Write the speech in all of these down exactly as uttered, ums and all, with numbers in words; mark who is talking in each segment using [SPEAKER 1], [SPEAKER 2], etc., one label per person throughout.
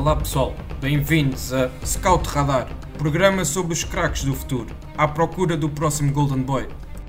[SPEAKER 1] Olá pessoal, bem-vindos a Scout Radar, programa sobre os craques do futuro, à procura do próximo Golden Boy.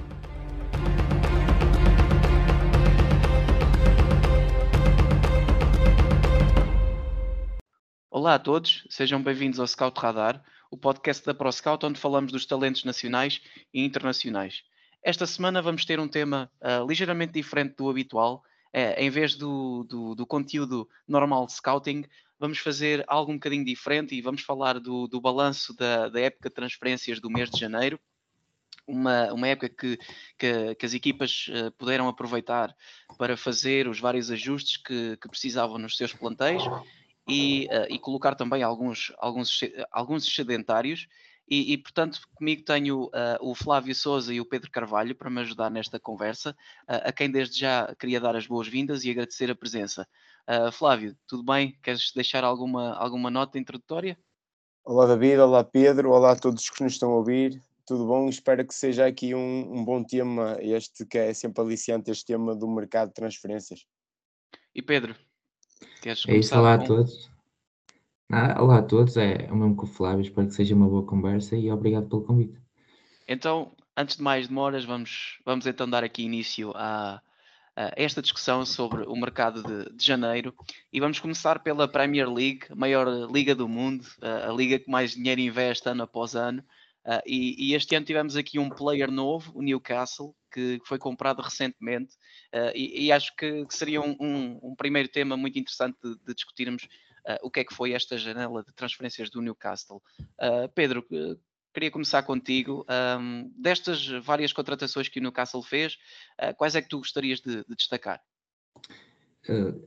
[SPEAKER 2] Olá a todos, sejam bem-vindos ao Scout Radar, o podcast da ProScout onde falamos dos talentos nacionais e internacionais. Esta semana vamos ter um tema uh, ligeiramente diferente do habitual. Uh, em vez do, do, do conteúdo normal de Scouting, vamos fazer algo um bocadinho diferente e vamos falar do, do balanço da, da época de transferências do mês de janeiro. Uma, uma época que, que, que as equipas uh, puderam aproveitar para fazer os vários ajustes que, que precisavam nos seus plantéis e, uh, e colocar também alguns, alguns, alguns excedentários. E, e, portanto, comigo tenho uh, o Flávio Souza e o Pedro Carvalho para me ajudar nesta conversa, uh, a quem desde já queria dar as boas-vindas e agradecer a presença. Uh, Flávio, tudo bem? Queres deixar alguma, alguma nota introdutória?
[SPEAKER 3] Olá David, olá Pedro, olá a todos que nos estão a ouvir, tudo bom? Espero que seja aqui um, um bom tema, este que é sempre aliciante, este tema do mercado de transferências.
[SPEAKER 2] E Pedro, queres
[SPEAKER 4] É isso,
[SPEAKER 2] começar?
[SPEAKER 4] olá
[SPEAKER 2] com...
[SPEAKER 4] a todos. Ah, olá a todos, é o mesmo que o Flávio, espero que seja uma boa conversa e obrigado pelo convite.
[SPEAKER 2] Então, antes de mais demoras, vamos, vamos então dar aqui início a, a esta discussão sobre o mercado de, de janeiro e vamos começar pela Premier League, a maior liga do mundo, a, a liga que mais dinheiro investe ano após ano. Uh, e, e este ano tivemos aqui um player novo, o Newcastle, que, que foi comprado recentemente, uh, e, e acho que, que seria um, um, um primeiro tema muito interessante de, de discutirmos uh, o que é que foi esta janela de transferências do Newcastle. Uh, Pedro, queria começar contigo. Um, destas várias contratações que o Newcastle fez, uh, quais é que tu gostarias de, de destacar?
[SPEAKER 4] Uh,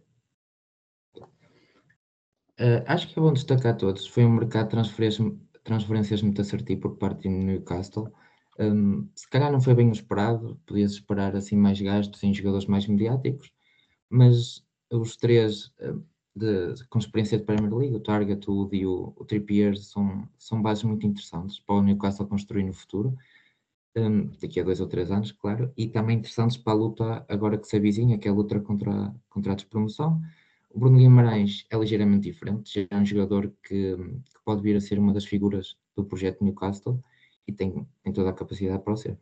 [SPEAKER 4] uh, acho que é bom destacar todos. Foi um mercado de transferências, transferências muito assertivo por parte do Newcastle. Um, se calhar não foi bem o esperado, podia-se esperar assim mais gastos em jogadores mais mediáticos, mas os três uh, de, com experiência de Premier League, o Target, o Wood e o, o Trippier, são, são bases muito interessantes para o Newcastle construir no futuro. Um, daqui a dois ou três anos, claro, e também interessantes para a luta agora que se avizinha, que é a luta contra, contra a despromoção. O Bruno Guimarães é ligeiramente diferente, já é um jogador que, que pode vir a ser uma das figuras do projeto Newcastle e tem, tem toda a capacidade para o ser.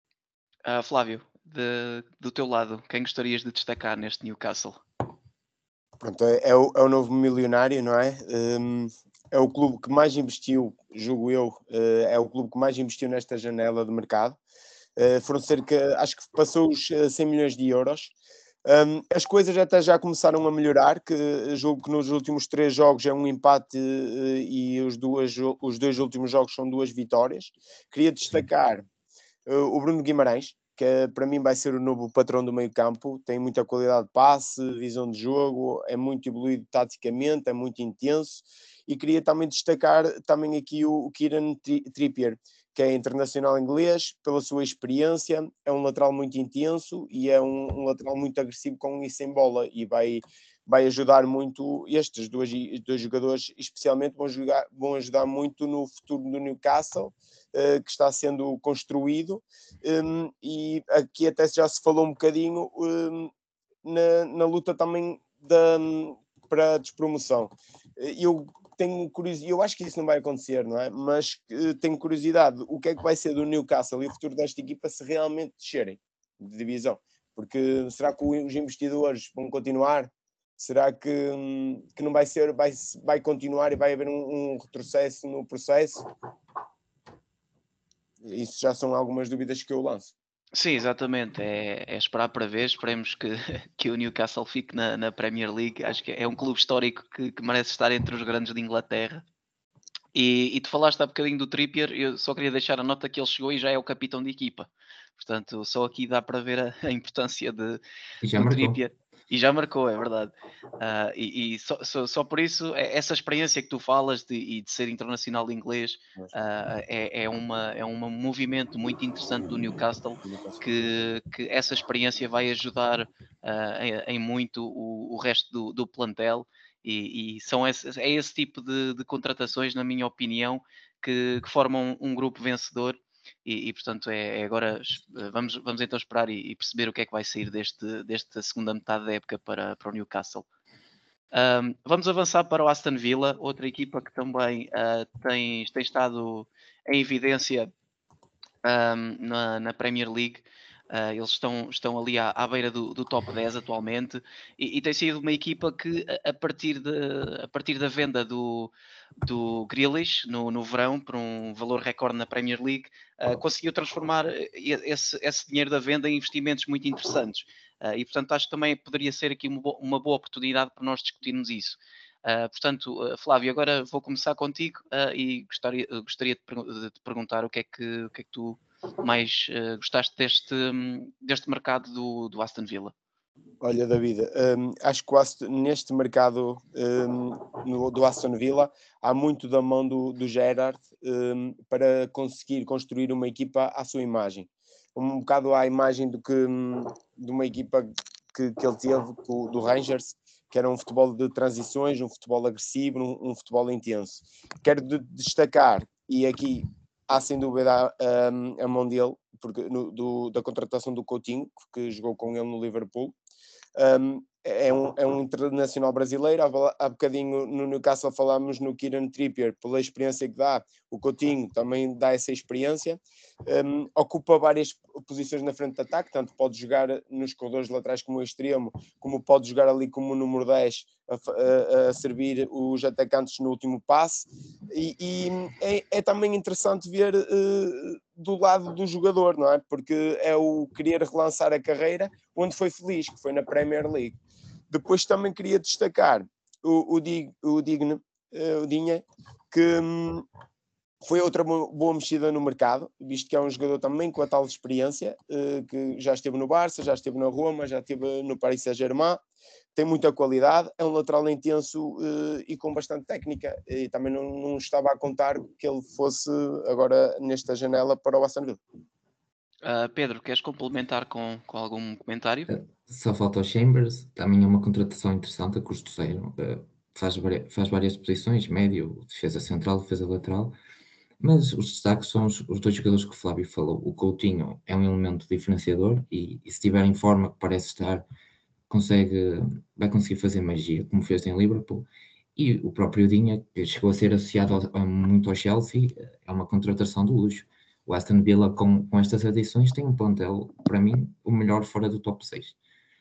[SPEAKER 2] Uh, Flávio, de, do teu lado, quem gostarias de destacar neste Newcastle?
[SPEAKER 3] Pronto, é, é, o, é o novo milionário, não é? Um, é o clube que mais investiu, julgo eu, uh, é o clube que mais investiu nesta janela de mercado. Uh, foram cerca, acho que passou os cem milhões de euros. Um, as coisas até já começaram a melhorar, que julgo que nos últimos três jogos é um empate uh, e os, duas, os dois últimos jogos são duas vitórias. Queria destacar uh, o Bruno Guimarães, que para mim vai ser o novo patrão do meio campo, tem muita qualidade de passe, visão de jogo, é muito evoluído taticamente, é muito intenso, e queria também destacar também aqui o, o Kieran Trippier, que é internacional inglês, pela sua experiência, é um lateral muito intenso e é um, um lateral muito agressivo com e sem bola, e vai, vai ajudar muito, estes dois, dois jogadores especialmente vão, jogar, vão ajudar muito no futuro do Newcastle, uh, que está sendo construído, um, e aqui até já se falou um bocadinho um, na, na luta também da, para a despromoção. Eu tenho curiosidade, eu acho que isso não vai acontecer, não é? Mas uh, tenho curiosidade, o que é que vai ser do Newcastle e o futuro desta equipa se realmente descerem de divisão? Porque será que os investidores vão continuar? Será que, que não vai ser, vai, vai continuar e vai haver um, um retrocesso no processo? Isso já são algumas dúvidas que eu lanço.
[SPEAKER 2] Sim, exatamente. É, é esperar para ver. Esperemos que, que o Newcastle fique na, na Premier League. Acho que é um clube histórico que, que merece estar entre os grandes de Inglaterra. E, e tu falaste há bocadinho do Trippier, eu só queria deixar a nota que ele chegou e já é o capitão de equipa. Portanto, só aqui dá para ver a, a importância de,
[SPEAKER 4] E já
[SPEAKER 2] do
[SPEAKER 4] marcou.
[SPEAKER 2] Trippier. E já marcou, é verdade. Uh, e e só, só, só por isso, essa experiência que tu falas de, e de ser internacional inglês uh, é, é, uma, é um movimento muito interessante do Newcastle, que, que essa experiência vai ajudar uh, em, em muito o, o resto do, do plantel. E, e são esse, é esse tipo de, de contratações, na minha opinião, que, que formam um, um grupo vencedor. E, e portanto, é, é agora vamos, vamos então esperar e, e perceber o que é que vai sair deste, desta segunda metade da época para, para o Newcastle. Um, vamos avançar para o Aston Villa, outra equipa que também uh, tem, tem estado em evidência um, na, na Premier League. Uh, eles estão, estão ali à, à beira do, do top dez atualmente e, e tem sido uma equipa que a, a, partir, de, a partir da venda do, do Grealish no, no verão por um valor recorde na Premier League uh, conseguiu transformar esse, esse dinheiro da venda em investimentos muito interessantes uh, e portanto acho que também poderia ser aqui uma, bo uma boa oportunidade para nós discutirmos isso. Uh, portanto, uh, Flávio, agora vou começar contigo uh, e gostaria, uh, gostaria de, per de te perguntar o que é que, o que, é que tu mais uh, gostaste deste, um, deste mercado do, do Aston Villa?
[SPEAKER 3] Olha, David, um, acho que o Aston, neste mercado um, no, do Aston Villa há muito da mão do, do Gerrard um, para conseguir construir uma equipa à sua imagem. Um bocado à imagem do que, de uma equipa que, que ele teve do Rangers, que era um futebol de transições, um futebol agressivo, um, um futebol intenso. Quero de, destacar, e aqui há sem dúvida a, a mão dele, porque, no, do, da contratação do Coutinho, que jogou com ele no Liverpool. Um, é, um, é um internacional brasileiro. Há, há bocadinho no Newcastle falámos no Kieran Trippier, pela experiência que dá. O Coutinho também dá essa experiência. Um, ocupa várias posições na frente de ataque, tanto pode jogar nos corredores laterais como extremo, como pode jogar ali como número dez a, a, a servir os atacantes no último passe. E, e é, é também interessante ver uh, do lado do jogador, não é? Porque é o querer relançar a carreira onde foi feliz, que foi na Premier League. Depois também queria destacar o, o, Dig, o Digne, uh, o Dinha, que um, foi outra boa mexida no mercado, visto que é um jogador também com a tal experiência, uh, que já esteve no Barça, já esteve na Roma, já esteve no Paris Saint-Germain, tem muita qualidade, é um lateral intenso uh, e com bastante técnica, e também não, não estava a contar que ele fosse agora nesta janela para o Aston Villa.
[SPEAKER 2] Uh, Pedro, queres complementar com, com algum comentário?
[SPEAKER 4] Uh, só falta o Chambers, também é uma contratação interessante a custo zero, uh, faz, faz várias posições, médio, defesa central, defesa lateral, mas os destaques são os, os dois jogadores que o Flávio falou. O Coutinho é um elemento diferenciador e, e se estiver em forma, que parece estar, consegue, vai conseguir fazer magia, como fez em Liverpool. E o próprio Dinha, que chegou a ser associado ao, a, muito ao Chelsea, é uma contratação de luxo. O Aston Villa, com, com estas adições, tem um plantel, para mim, o melhor fora do top seis.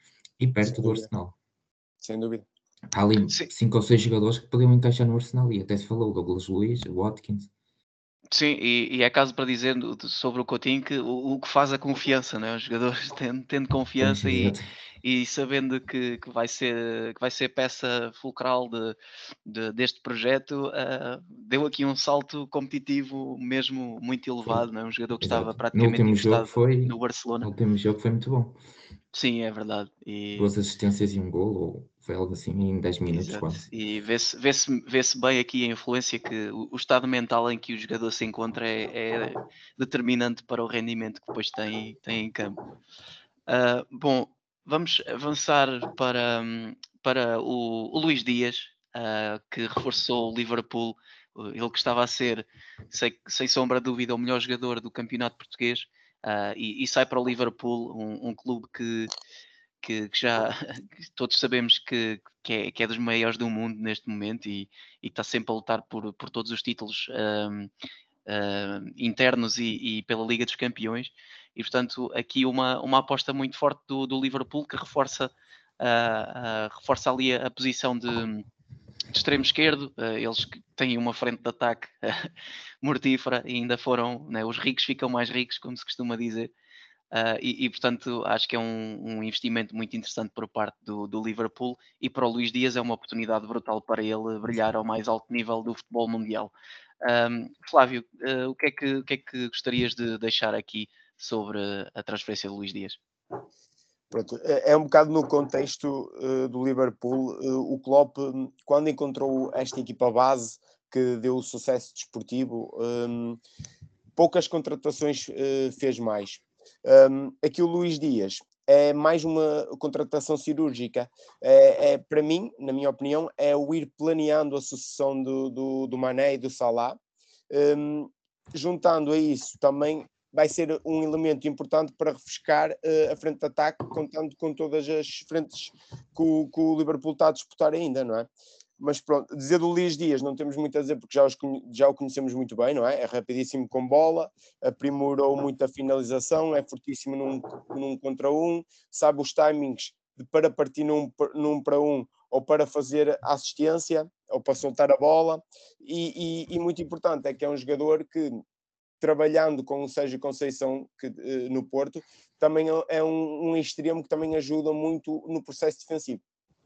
[SPEAKER 4] E perto do Arsenal.
[SPEAKER 3] Sem dúvida.
[SPEAKER 4] Há ali Sim. cinco ou seis jogadores que podiam encaixar no Arsenal, e até se falou, o Douglas Luiz, o Watkins.
[SPEAKER 2] Sim, e, e é caso para dizer sobre o Coutinho que o, o que faz a confiança, né? Os jogadores tendo, tendo confiança e, e sabendo que, que, vai ser, que vai ser peça fulcral de, de, deste projeto, uh, deu aqui um salto competitivo mesmo muito elevado, né? Um jogador que Exato. estava praticamente
[SPEAKER 4] no último jogo foi,
[SPEAKER 2] no Barcelona.
[SPEAKER 4] No último jogo foi muito bom.
[SPEAKER 2] Sim, é verdade. E...
[SPEAKER 4] Duas assistências e um gol, ou foi algo assim em dez minutos
[SPEAKER 2] Exato.
[SPEAKER 4] quase.
[SPEAKER 2] E vê-se vê-se, vê-se bem aqui a influência que o, o estado mental em que o jogador se encontra é, é determinante para o rendimento que depois tem, tem em campo. Uh, bom, vamos avançar para, para o, o Luís Dias, uh, que reforçou o Liverpool, ele que estava a ser, sem, sem sombra de dúvida, o melhor jogador do campeonato português, uh, e, e sai para o Liverpool, um, um clube que Que, que já que todos sabemos que, que, é, que é dos maiores do mundo neste momento e, e está sempre a lutar por, por todos os títulos um, uh, internos e, e pela Liga dos Campeões. E, portanto, aqui uma, uma aposta muito forte do, do Liverpool que reforça, uh, uh, reforça ali a, a posição de, de extremo esquerdo. Uh, eles têm uma frente de ataque mortífera e ainda foram, né, os ricos ficam mais ricos, como se costuma dizer. Uh, e, e, portanto, acho que é um, um investimento muito interessante por parte do, do Liverpool e para o Luís Dias é uma oportunidade brutal para ele brilhar ao mais alto nível do futebol mundial. Um, Flávio, uh, o, que é que, o que é que gostarias de deixar aqui sobre a transferência do Luís Dias?
[SPEAKER 3] Pronto, é, é um bocado no contexto uh, do Liverpool. Uh, o Klopp, quando encontrou esta equipa base que deu o sucesso desportivo, um, poucas contratações uh, fez mais. Um, aqui o Luís Dias é mais uma contratação cirúrgica. É, é, para mim, na minha opinião, é o ir planeando a sucessão do, do, do Mané e do Salah, um, juntando a isso também vai ser um elemento importante para refrescar uh, a frente de ataque, contando com todas as frentes que o, que o Liverpool está a disputar ainda, não é? Mas pronto, dizer do Luís Dias não temos muito a dizer porque já, os, já o conhecemos muito bem, não é? É rapidíssimo com bola, aprimorou muito a finalização, é fortíssimo num, num contra um, sabe os timings de, para partir num, num para um ou para fazer assistência ou para soltar a bola e, e, e muito importante é que é um jogador que, trabalhando com o Sérgio Conceição que, no Porto, também é um, um extremo que também ajuda muito no processo defensivo.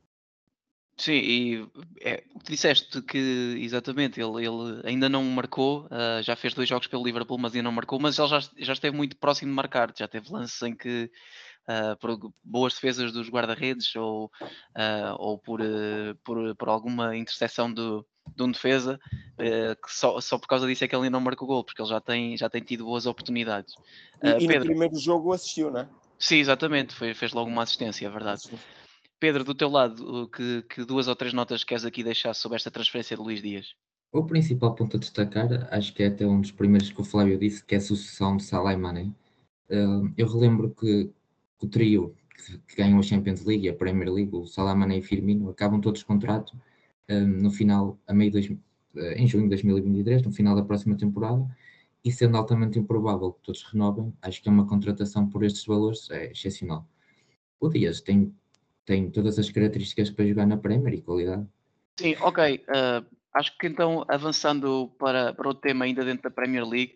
[SPEAKER 2] Sim, e é, o que disseste que exatamente ele, ele ainda não marcou, uh, já fez dois jogos pelo Liverpool, mas ainda não marcou, mas ele já, já esteve muito próximo de marcar, já teve lances em que uh, por boas defesas dos guarda-redes ou, uh, ou por, uh, por, por alguma interseção do, de um defesa, uh, que só, só por causa disso é que ele ainda não marcou o gol, porque ele já tem, já tem tido boas oportunidades.
[SPEAKER 3] E,
[SPEAKER 2] Uh,
[SPEAKER 3] e no
[SPEAKER 2] Pedro,
[SPEAKER 3] primeiro jogo assistiu, não é?
[SPEAKER 2] Sim, exatamente, foi, fez logo uma assistência, é verdade.
[SPEAKER 3] Sim.
[SPEAKER 2] Pedro, do teu lado, que, que duas ou três notas queres aqui deixar sobre esta transferência de Luís Dias?
[SPEAKER 4] O principal ponto a destacar, acho que é até um dos primeiros que o Flávio disse, que é a sucessão de Salah e Mané. Uh, eu relembro que, que o trio que, que ganhou a Champions League e a Premier League, o Salah, Mané e Firmino, acabam todos de contrato um, no final, a meio dois, uh, em junho de dois mil e vinte e três, no final da próxima temporada, e sendo altamente improvável que todos renovem, acho que é uma contratação por estes valores é excepcional. O Dias tem, tem todas as características para jogar na Premier e qualidade.
[SPEAKER 2] Sim, ok. Uh, acho que então, avançando para, para outro tema ainda dentro da Premier League,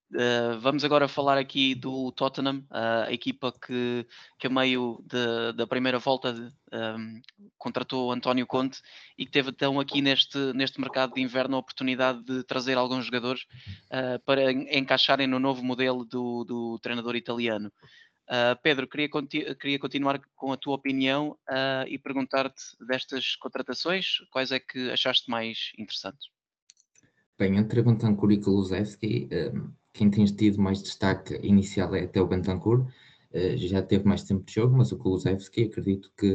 [SPEAKER 2] uh, vamos agora falar aqui do Tottenham, uh, a equipa que, que a meio de, da primeira volta de, um, contratou António Conte e que teve então aqui neste, neste mercado de inverno a oportunidade de trazer alguns jogadores uh, para encaixarem no novo modelo do, do treinador italiano. Uh, Pedro, queria, conti queria continuar com a tua opinião uh, e perguntar-te destas contratações, quais é que achaste mais interessantes?
[SPEAKER 4] Bem, entre Bentancur e Kulusevski, um, quem tem tido mais destaque inicial é até o Bentancur, uh, já teve mais tempo de jogo, mas o Kulusevski acredito que,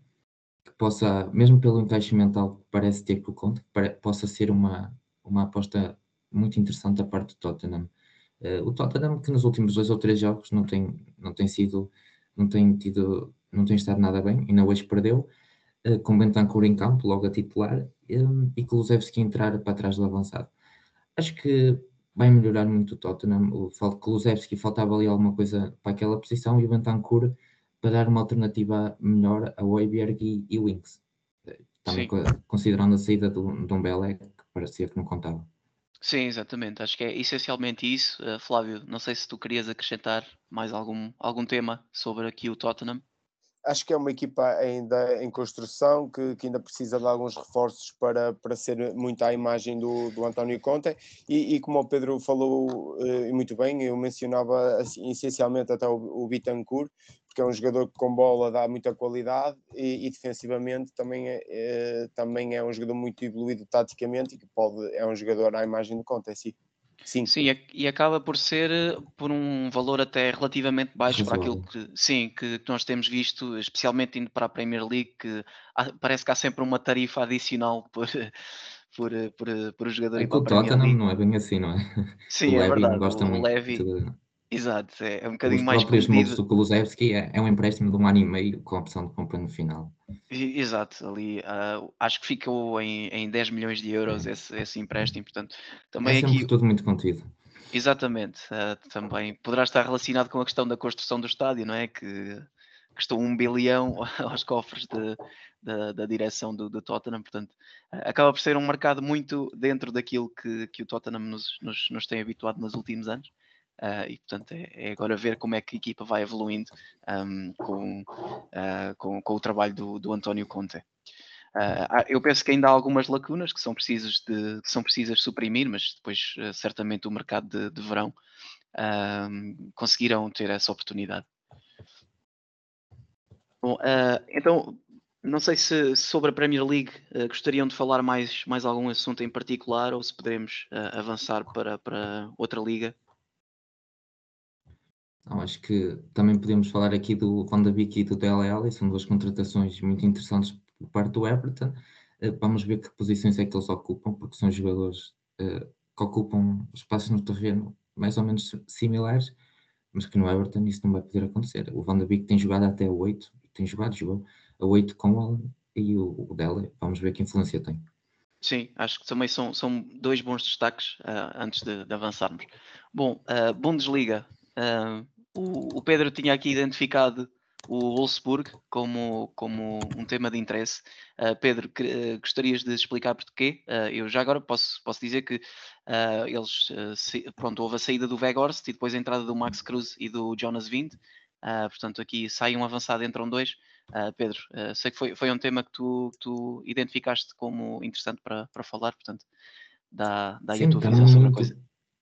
[SPEAKER 4] que possa, mesmo pelo encaixe mental que parece ter com o Conte, possa ser uma, uma aposta muito interessante da parte do Tottenham. Uh, o Tottenham que nos últimos dois ou três jogos não tem, não tem sido, não tem tido, não tem estado nada bem, ainda hoje perdeu, uh, com Bentancur em campo, logo a titular, um, e Kulusevski entrar para trás do avançado. Acho que vai melhorar muito o Tottenham. O Kulusevski faltava ali alguma coisa para aquela posição e o Bentancur para dar uma alternativa melhor a Højbjerg e, e Winks. Também
[SPEAKER 2] Sim.
[SPEAKER 4] considerando a saída do Dombele, que parecia que não contava.
[SPEAKER 2] Sim, exatamente. Acho que é essencialmente isso. Uh, Flávio, não sei se tu querias acrescentar mais algum, algum tema sobre aqui o Tottenham.
[SPEAKER 3] Acho que é uma equipa ainda em construção, que, que ainda precisa de alguns reforços para, para ser muito à imagem do, do António Conte, e, e como o Pedro falou e uh, muito bem, eu mencionava assim, essencialmente até o, o Bentancur, porque é um jogador que com bola dá muita qualidade e, e defensivamente também é, é, também é um jogador muito evoluído taticamente e que pode, é um jogador à imagem do Conte, sim. Sim.
[SPEAKER 2] Sim, e acaba por ser por um valor até relativamente baixo para aquilo que, sim, que nós temos visto, especialmente indo para a Premier League, que há, parece que há sempre uma tarifa adicional por, por, por, por o jogador
[SPEAKER 4] É
[SPEAKER 2] ir
[SPEAKER 4] que
[SPEAKER 2] para
[SPEAKER 4] o
[SPEAKER 2] a Premier
[SPEAKER 4] Tottenham
[SPEAKER 2] League.
[SPEAKER 4] não é bem assim, não é?
[SPEAKER 2] Sim,
[SPEAKER 4] O
[SPEAKER 2] é
[SPEAKER 4] Levy não
[SPEAKER 2] verdade,
[SPEAKER 4] gosta
[SPEAKER 2] o
[SPEAKER 4] muito
[SPEAKER 2] Levy,
[SPEAKER 4] de...
[SPEAKER 2] exato, é, é um
[SPEAKER 4] Os
[SPEAKER 2] bocadinho mais
[SPEAKER 4] próprios moves
[SPEAKER 2] comedido.
[SPEAKER 4] do Kulusevski é, é um empréstimo de um ano e meio com a opção de compra no final.
[SPEAKER 2] Exato, ali uh, acho que ficou em, em dez milhões de euros esse, esse empréstimo, portanto, também
[SPEAKER 4] É sempre
[SPEAKER 2] aqui,
[SPEAKER 4] tudo muito contido.
[SPEAKER 2] exatamente, uh, também poderá estar relacionado com a questão da construção do estádio, não é? Que custou um bilhão aos cofres de, da, da direção do, do Tottenham, portanto, uh, acaba por ser um mercado muito dentro daquilo que, que o Tottenham nos, nos, nos tem habituado nos últimos anos. Uh, e portanto é, é agora ver como é que a equipa vai evoluindo um, com, uh, com, com o trabalho do, do António Conte. Uh, eu penso que ainda há algumas lacunas que são precisas de que são precisas suprimir, mas depois uh, certamente o mercado de, de verão uh, conseguirão ter essa oportunidade. Bom, uh, então não sei se sobre a Premier League uh, gostariam de falar mais, mais algum assunto em particular ou se poderemos uh, avançar para, para outra liga.
[SPEAKER 4] Não, acho que também podemos falar aqui do Van de Beek e do Dele Alli, são duas contratações muito interessantes por parte do Everton. Vamos ver que posições é que eles ocupam, porque são jogadores uh, que ocupam espaços no terreno mais ou menos similares, mas que no Everton isso não vai poder acontecer. O Van de Beek tem jogado até a oito, tem jogado, jogou a oito com o Haaland e o, o Dele, vamos ver que influência tem.
[SPEAKER 2] Sim, acho que também são, são dois bons destaques uh, antes de, de avançarmos. Bom, uh, Bundesliga. Uh, o, o Pedro tinha aqui identificado o Wolfsburg como, como um tema de interesse. Uh, Pedro, que, uh, gostarias de explicar porquê? Uh, eu já agora posso, posso dizer que uh, eles, uh, se, pronto, houve a saída do Weghorst e depois a entrada do Max Cruz e do Jonas Wind. Uh, portanto, aqui sai um avançado, entram dois. Uh, Pedro, uh, sei que foi, foi um tema que tu, tu identificaste como interessante para, para falar, portanto, dá, dá aí a
[SPEAKER 4] Sim,
[SPEAKER 2] tua
[SPEAKER 4] também
[SPEAKER 2] visão sobre a
[SPEAKER 4] muito,
[SPEAKER 2] coisa.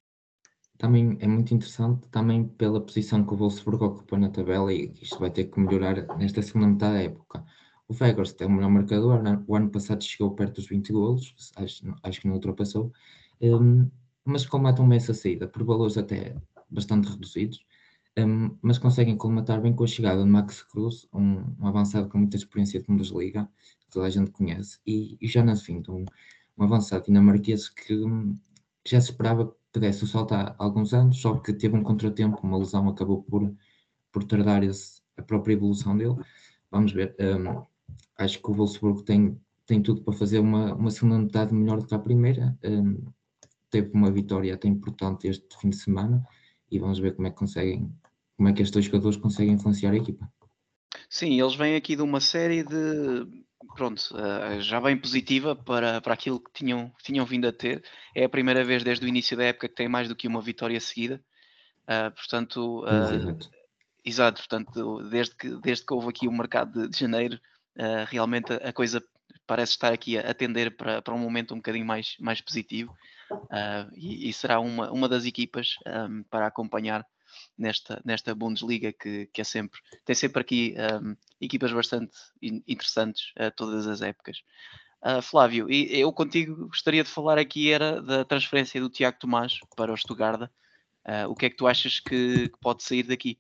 [SPEAKER 4] também é muito interessante, também pela posição que o Wolfsburg ocupa na tabela e que isto vai ter que melhorar nesta segunda metade da época. O Weghorst é o melhor marcador, o ano passado chegou perto dos vinte golos, acho, acho que não ultrapassou, um, mas colmatam bem essa saída, por valores até bastante reduzidos, um, mas conseguem colmatar bem com a chegada de Max Cruz, um, um avançado com muita experiência de Bundesliga, que toda a gente conhece, e, e já nas fim, um, um avançado dinamarquês que, que já se esperava que pudesse o salto há alguns anos, só que teve um contratempo, uma lesão acabou por, por tardar esse, a própria evolução dele. Vamos ver, um, acho que o Wolfsburg tem, tem tudo para fazer uma, uma segunda metade melhor do que a primeira. Um, teve uma vitória até importante este fim de semana e vamos ver como é que conseguem, como é que estes dois jogadores conseguem influenciar a equipa.
[SPEAKER 2] Sim, eles vêm aqui de uma série de, pronto, uh, já bem positiva para, para aquilo que tinham, que tinham vindo a ter. É a primeira vez desde o início da época que tem mais do que uma vitória seguida. Uh, portanto, uh,
[SPEAKER 4] Exato.
[SPEAKER 2] exato, portanto, desde que, desde que houve aqui o mercado de, de janeiro, uh, realmente a, a coisa parece estar aqui a, a tender para, para um momento um bocadinho mais, mais positivo. Uh, e, e será uma, uma das equipas um, para acompanhar nesta, nesta Bundesliga que, que é sempre, tem sempre aqui um, equipas bastante in- interessantes a todas as épocas. Uh, Flávio, e eu contigo gostaria de falar aqui era da transferência do Tiago Tomás para o Stuttgart. Uh, o que é que tu achas que, que pode sair daqui?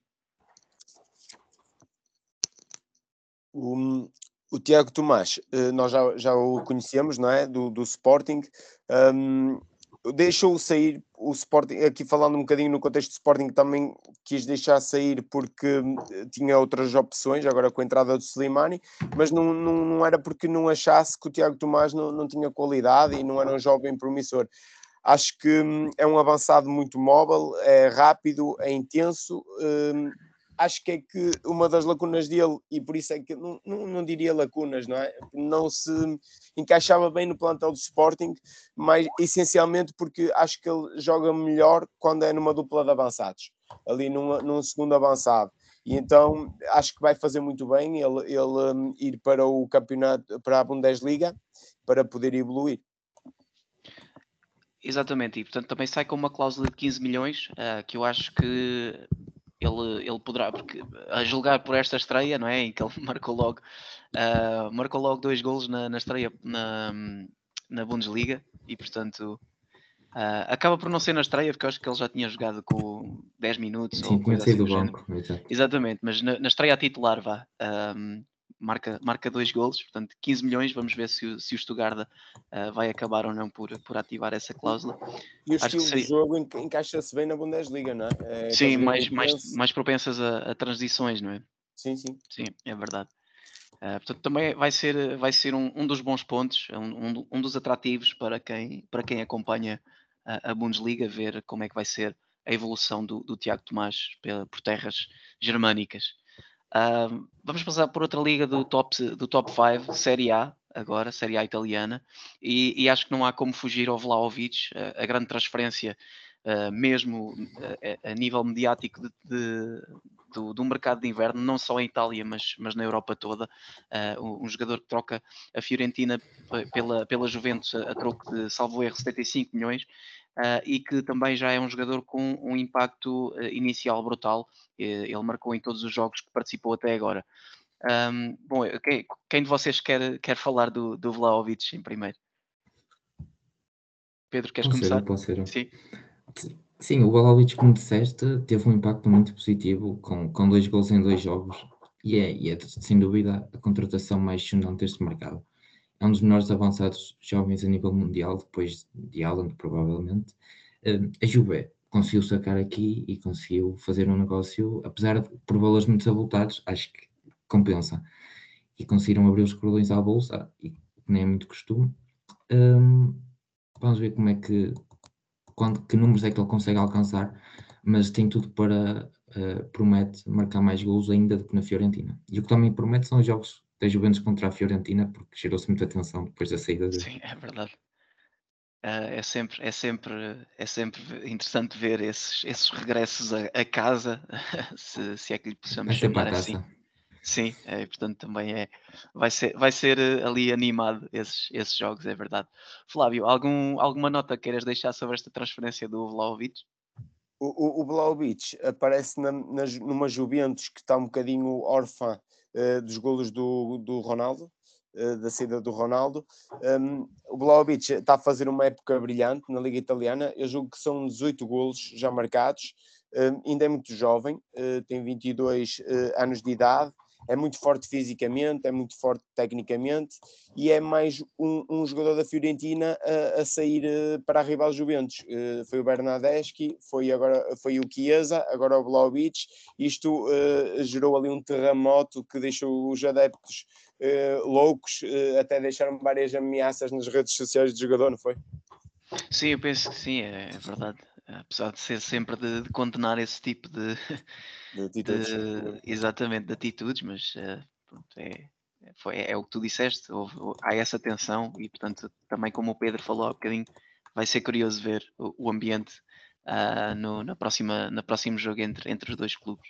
[SPEAKER 3] O, o Tiago Tomás, eh, nós já, já o conhecemos, não é? Do, do Sporting. Um, deixou sair o Sporting, aqui falando um bocadinho no contexto do Sporting, também quis deixar sair porque eh, tinha outras opções, agora com a entrada do Slimani, mas não, não, não era porque não achasse que o Tiago Tomás não, não tinha qualidade e não era um jovem promissor. Acho que hum, é um avançado muito móvel, é rápido, é intenso. hum, Acho que é que uma das lacunas dele, e por isso é que não, não, não diria lacunas, não é? Não se encaixava bem no plantel do Sporting, mas essencialmente porque acho que ele joga melhor quando é numa dupla de avançados, ali numa, num segundo avançado. E então acho que vai fazer muito bem ele, ele um, ir para o campeonato, para a Bundesliga, para poder evoluir.
[SPEAKER 2] Exatamente, e portanto também sai com uma cláusula de quinze milhões, uh, que eu acho que ele, ele poderá, porque a julgar por esta estreia, não é? Em que ele marcou logo, uh, marcou logo dois golos na, na estreia na, na Bundesliga e portanto uh, acaba por não ser na estreia, porque eu acho que ele já tinha jogado com dez minutos ou
[SPEAKER 4] Sim, tinha
[SPEAKER 2] coisa assim
[SPEAKER 4] saído
[SPEAKER 2] do
[SPEAKER 4] do
[SPEAKER 2] género.
[SPEAKER 4] banco, exato.
[SPEAKER 2] Exatamente, mas na, na estreia a titular vá. Um, marca, marca dois golos, portanto quinze milhões, vamos ver se o, se o Stuttgart uh, vai acabar ou não por, por ativar essa cláusula.
[SPEAKER 3] E o
[SPEAKER 2] Acho que
[SPEAKER 3] estilo
[SPEAKER 2] seria,
[SPEAKER 3] de jogo enca- encaixa-se bem na Bundesliga, não é? É aquele
[SPEAKER 2] sim,
[SPEAKER 3] jogo
[SPEAKER 2] mais, mais,
[SPEAKER 3] intenso.
[SPEAKER 2] mais propensas a, a transições, não é?
[SPEAKER 3] Sim, sim.
[SPEAKER 2] Sim, é verdade. Uh, portanto, também vai ser, vai ser um, um dos bons pontos, um, um, um dos atrativos para quem, para quem acompanha a, a Bundesliga, ver como é que vai ser a evolução do, do Tiago Tomás pela, por terras germânicas. Uh, vamos passar por outra liga do top, do top cinco, Série A, agora, Série A italiana, e, e acho que não há como fugir ao Vlahovic, a, a grande transferência, uh, mesmo a, a nível mediático de, de, do, do mercado de inverno, não só em Itália, mas, mas na Europa toda. Uh, um jogador que troca a Fiorentina pela, pela Juventus a, a troco de, salvo erro, setenta e cinco milhões. Uh, e que também já é um jogador com um impacto uh, inicial brutal. Uh, ele marcou em todos os jogos que participou até agora. Um, bom, quem, quem de vocês quer, quer falar do, do Vlahovic em primeiro? Pedro, queres
[SPEAKER 4] Pode ser,
[SPEAKER 2] começar?
[SPEAKER 4] pode ser.
[SPEAKER 2] Sim.
[SPEAKER 4] Sim, o Vlahovic, como disseste, teve um impacto muito positivo com, com dois gols em dois jogos e é, e é sem dúvida a contratação mais sonante deste mercado. É um dos melhores avançados jovens a nível mundial, depois de Haaland, provavelmente. Uh, a Juve conseguiu sacar aqui e conseguiu fazer um negócio, apesar de por valores muito avultados, acho que compensa. E conseguiram abrir os cordões à bolsa, e nem é muito costume. Um, vamos ver como é que, quando, que números é que ele consegue alcançar, mas tem tudo para, uh, promete marcar mais golos ainda do que na Fiorentina. E o que também promete são os jogos da Juventus contra a Fiorentina, porque gerou-se muita atenção depois da saída dele.
[SPEAKER 2] Sim, é verdade. Uh, é, sempre, é, sempre, é sempre interessante ver esses, esses regressos a, a casa, se, se é que lhe possamos
[SPEAKER 4] Vai ser para
[SPEAKER 2] chamar
[SPEAKER 4] a
[SPEAKER 2] assim.
[SPEAKER 4] taça.
[SPEAKER 2] Sim, é, portanto também é, vai ser, vai ser uh, ali animado esses, esses jogos, é verdade. Flávio, algum, alguma nota queiras deixar sobre esta transferência do Vlahovic?
[SPEAKER 3] O, o, o Vlahovic aparece na, na, numa Juventus que está um bocadinho órfã uh, dos golos do, do Ronaldo, uh, da saída do Ronaldo. Um, o Vlahovic está a fazer uma época brilhante na Liga Italiana. Eu julgo que são dezoito golos já marcados. Um, ainda é muito jovem, uh, tem vinte e dois uh, anos de idade. É muito forte fisicamente, é muito forte tecnicamente e é mais um, um jogador da Fiorentina a, a sair uh, para a rival Juventus. Uh, foi o Bernardeschi, foi, agora, foi o Chiesa, agora o Vlahovic. Isto uh, gerou ali um terremoto que deixou os adeptos uh, loucos, uh, até deixaram várias ameaças nas redes sociais do jogador, não foi?
[SPEAKER 2] Sim, eu penso que sim, é, é verdade. Apesar de ser sempre de, de condenar esse tipo de,
[SPEAKER 3] De atitudes.
[SPEAKER 2] de exatamente de atitudes, mas uh, pronto, é, é, foi, é o que tu disseste, houve, há essa tensão e portanto também como o Pedro falou há bocadinho, vai ser curioso ver o, o ambiente uh, no na próxima, na próximo jogo entre, entre os dois clubes.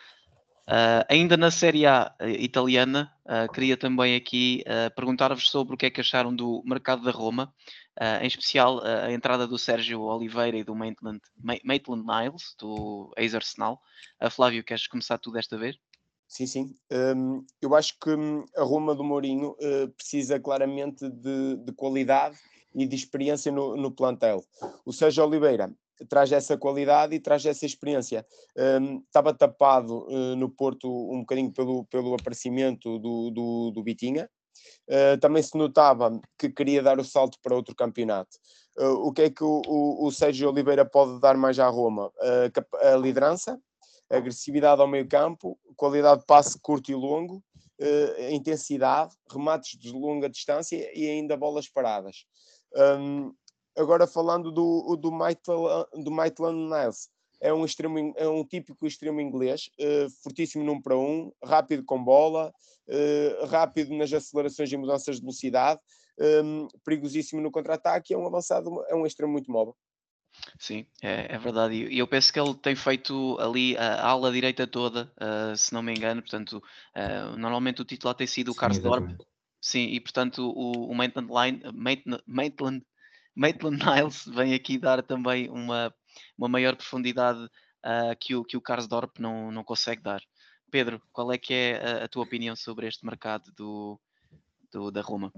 [SPEAKER 2] Uh, ainda na Série A uh, italiana, uh, queria também aqui uh, perguntar-vos sobre o que é que acharam do mercado da Roma, uh, em especial uh, a entrada do Sérgio Oliveira e do Maitland, Maitland Niles, do ex-Arsenal. Uh, Flávio, queres começar tu desta vez?
[SPEAKER 3] Sim, sim. Um, eu acho que a Roma do Mourinho uh, precisa claramente de, de qualidade e de experiência no, no plantel. O Sérgio Oliveira traz essa qualidade e traz essa experiência. Um, estava tapado uh, no Porto um bocadinho pelo, pelo aparecimento do, do, do Vitinha. Uh, também se notava que queria dar o salto para outro campeonato. Uh, o que é que o, o, o Sérgio Oliveira pode dar mais à Roma? Uh, a liderança, agressividade ao meio campo, qualidade de passe curto e longo, uh, intensidade, remates de longa distância e ainda bolas paradas. Um, agora falando do, do, Maitland, do Maitland Niles, é um, extremo, é um típico extremo inglês, uh, fortíssimo num para um, rápido com bola, uh, rápido nas acelerações e mudanças de velocidade, um, perigosíssimo no contra-ataque, é um avançado, é um extremo muito móvel.
[SPEAKER 2] Sim, é, é verdade. E eu penso que ele tem feito ali a ala direita toda, uh, se não me engano. Portanto, uh, normalmente o titular tem sido o
[SPEAKER 4] Sim,
[SPEAKER 2] Karsdorp.
[SPEAKER 4] exatamente.
[SPEAKER 2] Sim, e portanto o, o Maitland, Line, Maitland, Maitland, Maitland Niles vem aqui dar também uma, uma maior profundidade uh, que o, que o Karsdorp não, não consegue dar. Pedro, qual é que é a, a tua opinião sobre este mercado do, do, da Roma?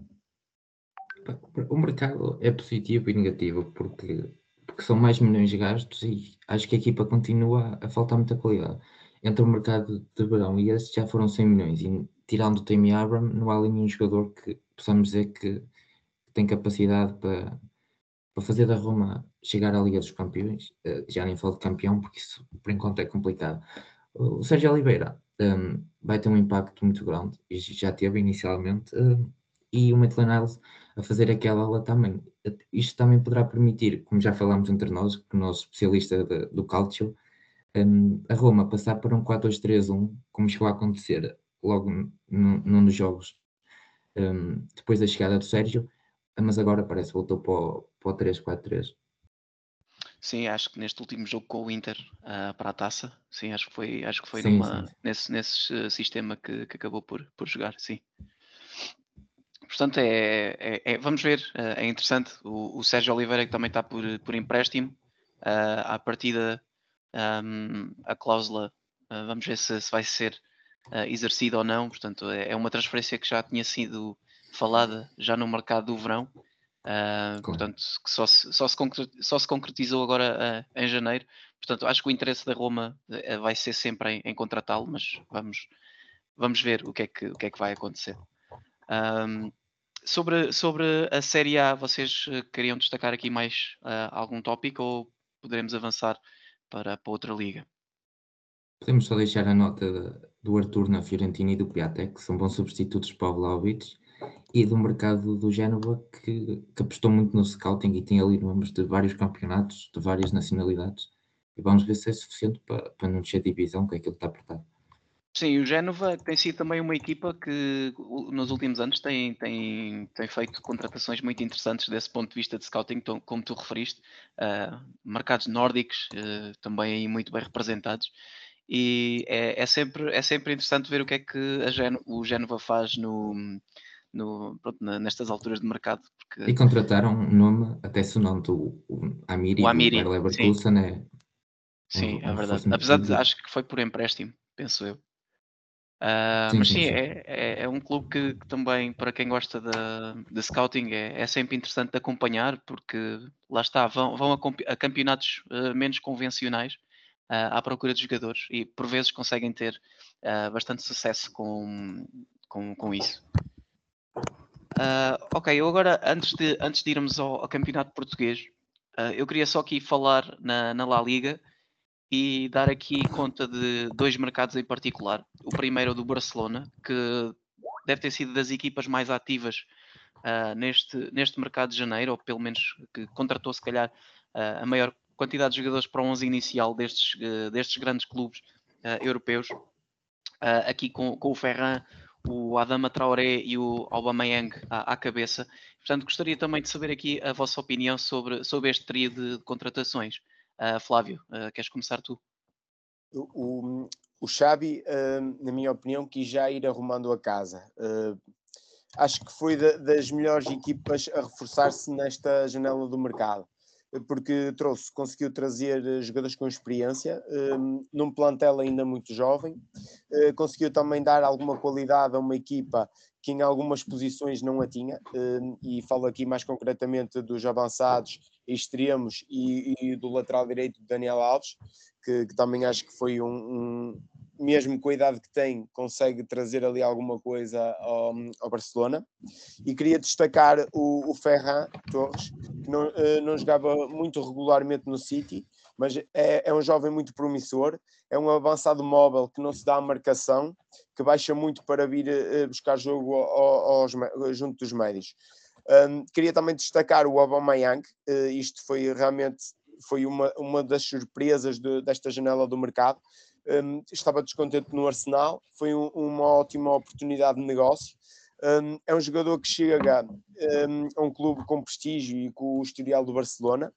[SPEAKER 4] O mercado é positivo e negativo porque, porque são mais milhões gastos e acho que a equipa continua a faltar muita qualidade. Entre o mercado de verão e este já foram cem milhões e tirando o Tammy Abraham não há ali nenhum jogador que possamos dizer que tem capacidade para, para fazer da Roma chegar à Liga dos Campeões. Uh, já nem falo de campeão porque isso por enquanto é complicado. O Sérgio Oliveira um, vai ter um impacto muito grande e já teve inicialmente um, e o Maitland Niles a fazer aquela ala também. Isto também poderá permitir, como já falámos entre nós, que o nosso especialista de, do Calcio, um, a Roma passar para um quatro dois três um, como chegou a acontecer logo num, num dos jogos um, depois da chegada do Sérgio, mas agora parece que voltou para o, para o três quatro três.
[SPEAKER 2] Sim, acho que neste último jogo com o Inter uh, para a taça, sim, acho que foi, acho que foi
[SPEAKER 4] Sim,
[SPEAKER 2] numa,
[SPEAKER 4] sim.
[SPEAKER 2] nesse, nesse uh, sistema que, que acabou por, por jogar, sim. Portanto, é, é, é- vamos ver, uh, é interessante. O, o Sérgio Oliveira, que também está por, por empréstimo, uh, à partida, um, a cláusula, uh, vamos ver se, se vai ser uh, exercida ou não. Portanto, é, é uma transferência que já tinha sido falada já no mercado do verão. Uh,
[SPEAKER 4] Claro.
[SPEAKER 2] portanto, que só se, só, se concre- só se concretizou agora uh, em janeiro. Portanto, acho que o interesse da Roma uh, vai ser sempre em, em contratá-lo, mas vamos, vamos ver o que é que, o que é que vai acontecer. Um, sobre, sobre a Série A, vocês uh, queriam destacar aqui mais uh, algum tópico ou poderemos avançar para, para outra liga.
[SPEAKER 4] Podemos só deixar a nota de- do Arthur na Fiorentina e do Piatek, que são bons substitutos para o Vlahovic, e do mercado do Génova, que, que apostou muito no scouting e tem ali nomes de vários campeonatos, de várias nacionalidades. E vamos ver se é suficiente para, para não descer divisão, que aquilo está apertado.
[SPEAKER 2] Sim, o Génova tem sido também uma equipa que u- nos últimos anos tem, tem, tem feito contratações muito interessantes desse ponto de vista de scouting, tom- como tu referiste, ah, mercados nórdicos eh, também aí muito bem representados, e é, é sempre, é sempre interessante ver o que é que a Gén- o Génova faz no, no, pronto, na- nestas alturas de mercado,
[SPEAKER 4] E
[SPEAKER 2] porque
[SPEAKER 4] contrataram um nome, até sonante, o, o Amiri
[SPEAKER 2] o
[SPEAKER 4] do
[SPEAKER 2] Amiri,
[SPEAKER 4] Bayer
[SPEAKER 2] sim,
[SPEAKER 4] Leverkusen é um,
[SPEAKER 2] sim, é
[SPEAKER 4] um
[SPEAKER 2] verdade.
[SPEAKER 4] reforço muito
[SPEAKER 2] Apesar de,
[SPEAKER 4] positivo.
[SPEAKER 2] acho que foi por empréstimo, penso eu. Ah,
[SPEAKER 4] Sim,
[SPEAKER 2] mas
[SPEAKER 4] sim,
[SPEAKER 2] sim,
[SPEAKER 4] sim.
[SPEAKER 2] é, é, é um clube que, que também, para quem gosta de, de scouting, é, é sempre interessante de acompanhar, porque lá está, vão, vão a, compi- a campeonatos ah, menos convencionais ah, à procura de jogadores e por vezes conseguem ter ah, bastante sucesso com, com, com isso. Ah, ok, eu agora, antes de, antes de irmos ao, ao campeonato português, ah, eu queria só aqui falar na, na La Liga e dar aqui conta de dois mercados em particular. O primeiro é o do Barcelona, que deve ter sido das equipas mais ativas uh, neste, neste mercado de janeiro, ou pelo menos que contratou, se calhar, uh, a maior quantidade de jogadores para o onze inicial destes, uh, destes grandes clubes uh, europeus. Uh, aqui com, com o Ferran, o Adama Traoré e o Aubameyang à, à cabeça. Portanto, gostaria também de saber aqui a vossa opinião sobre, sobre este trio de, de contratações. Uh, Flávio, uh, queres começar tu?
[SPEAKER 3] O, o, o Xavi, uh, na minha opinião, quis já ir arrumando a casa. Uh, acho que foi da, das melhores equipas a reforçar-se nesta janela do mercado, porque trouxe, conseguiu trazer jogadores com experiência, um, num plantel ainda muito jovem, uh, conseguiu também dar alguma qualidade a uma equipa que em algumas posições não a tinha, um, e falo aqui mais concretamente dos avançados, extremos e, e do lateral direito Daniel Alves, que, que também acho que foi um, um mesmo com a idade que tem, consegue trazer ali alguma coisa ao, ao Barcelona. E queria destacar o, o Ferran Torres, que não, uh, não jogava muito regularmente no City, mas é, é um jovem muito promissor, é um avançado móvel que não se dá a marcação, que baixa muito para vir uh, buscar jogo aos, aos, junto dos médios. Um, queria também destacar o Aubameyang, uh, isto foi realmente foi uma, uma das surpresas de, desta janela do mercado. Um, estava descontente no Arsenal, foi um, uma ótima oportunidade de negócio. Um, é um jogador que chega um, a um clube com prestígio e com o historial do Barcelona.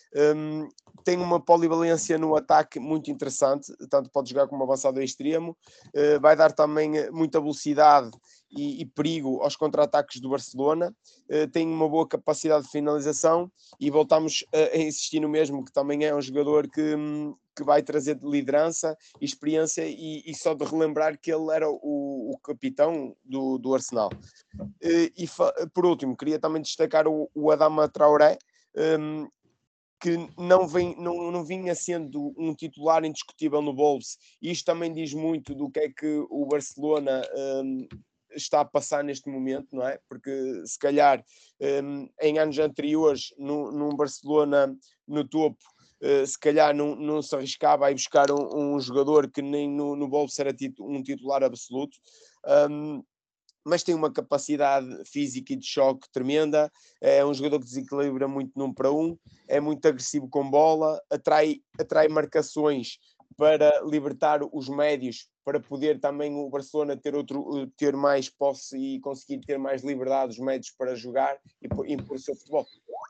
[SPEAKER 3] Um, tem uma polivalência no ataque muito interessante, tanto pode jogar como avançado extremo, uh, vai dar também muita velocidade e, e perigo aos contra-ataques do Barcelona, uh, tem uma boa capacidade de finalização e voltamos a, a insistir no mesmo, que também é um jogador que, que vai trazer liderança e experiência, e, e só de relembrar que ele era o, o capitão do, do Arsenal. Uh, e por último, queria também destacar o, o Adama Traoré, um, que não, vem, não, não vinha sendo um titular indiscutível no Wolves, e isto também diz muito do que é que o Barcelona um, está a passar neste momento, não é? Porque se calhar um, em anos anteriores, no, num Barcelona no topo, uh, se calhar não, não se arriscava a ir buscar um, um jogador que nem no, no Wolves era titu, um titular absoluto. Um, mas tem uma capacidade física e de choque tremenda, é um jogador que desequilibra muito num para um, é muito agressivo com bola, atrai, atrai marcações para libertar os médios, para poder também o Barcelona ter, outro, ter mais posse e conseguir ter mais liberdade os médios para jogar e impor o seu futebol.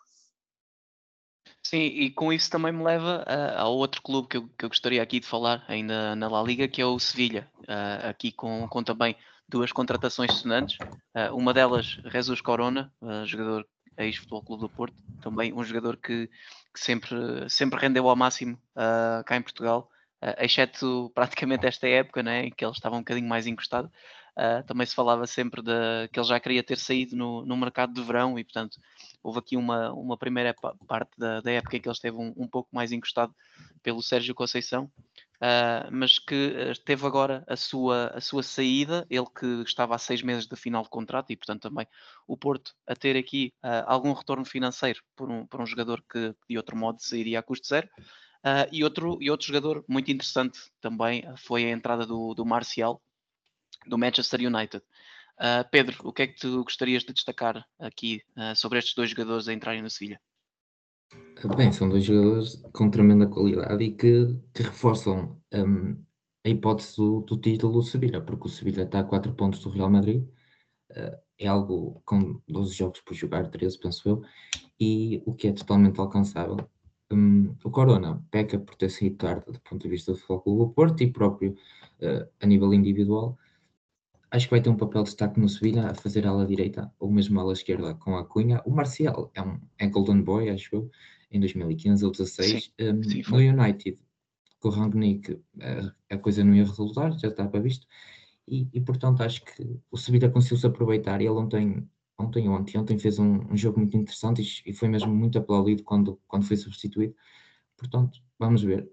[SPEAKER 2] Sim, e com isso também me leva a, a outro clube que eu, que eu gostaria aqui de falar, ainda na La Liga, que é o Sevilha, uh, aqui com, com também duas contratações sonantes, uh, uma delas Jesus Corona, uh, jogador ex-Futebol Clube do Porto, também um jogador que, que sempre, sempre rendeu ao máximo uh, cá em Portugal, uh, exceto praticamente esta época, né, em que ele estava um bocadinho mais encostado. Uh, também se falava sempre de, que ele já queria ter saído no, no mercado de verão, e portanto houve aqui uma, uma primeira parte da, da época em que ele esteve um, um pouco mais encostado pelo Sérgio Conceição, uh, mas que uh, teve agora a sua, a sua saída, ele que estava há seis meses de final de contrato e, portanto, também o Porto a ter aqui uh, algum retorno financeiro por um, por um jogador que de outro modo sairia a custo zero. Uh, e, outro, e outro jogador muito interessante também foi a entrada do, do Martial, do Manchester United. Uh, Pedro, o que é que tu gostarias de destacar aqui uh, sobre estes dois jogadores a entrarem no Sevilha?
[SPEAKER 4] Bem, são dois jogadores com tremenda qualidade e que, que reforçam um, a hipótese do, do título do Sevilha, porque o Sevilha está a quatro pontos do Real Madrid, uh, é algo com doze jogos por jogar, treze penso eu, e o que é totalmente alcançável. Um, o Corona peca por ter saído tarde do ponto de vista do Futebol Clube do Porto e próprio uh, a nível individual. Acho que vai ter um papel de destaque no Sevilha a fazer ala direita ou mesmo ala esquerda com a Cunha. O Marcial é um é Golden Boy, acho eu, em dois mil e quinze ou dezasseis.
[SPEAKER 2] Sim,
[SPEAKER 4] um,
[SPEAKER 2] sim,
[SPEAKER 4] no
[SPEAKER 2] foi.
[SPEAKER 4] United, com o Rangnick, a, a coisa não ia resultar, já estava visto. E, e portanto acho que o Sevilha conseguiu-se aproveitar e ele ontem, ontem, ontem, ontem fez um, um jogo muito interessante e, e foi mesmo muito aplaudido quando, quando foi substituído. Portanto, vamos ver.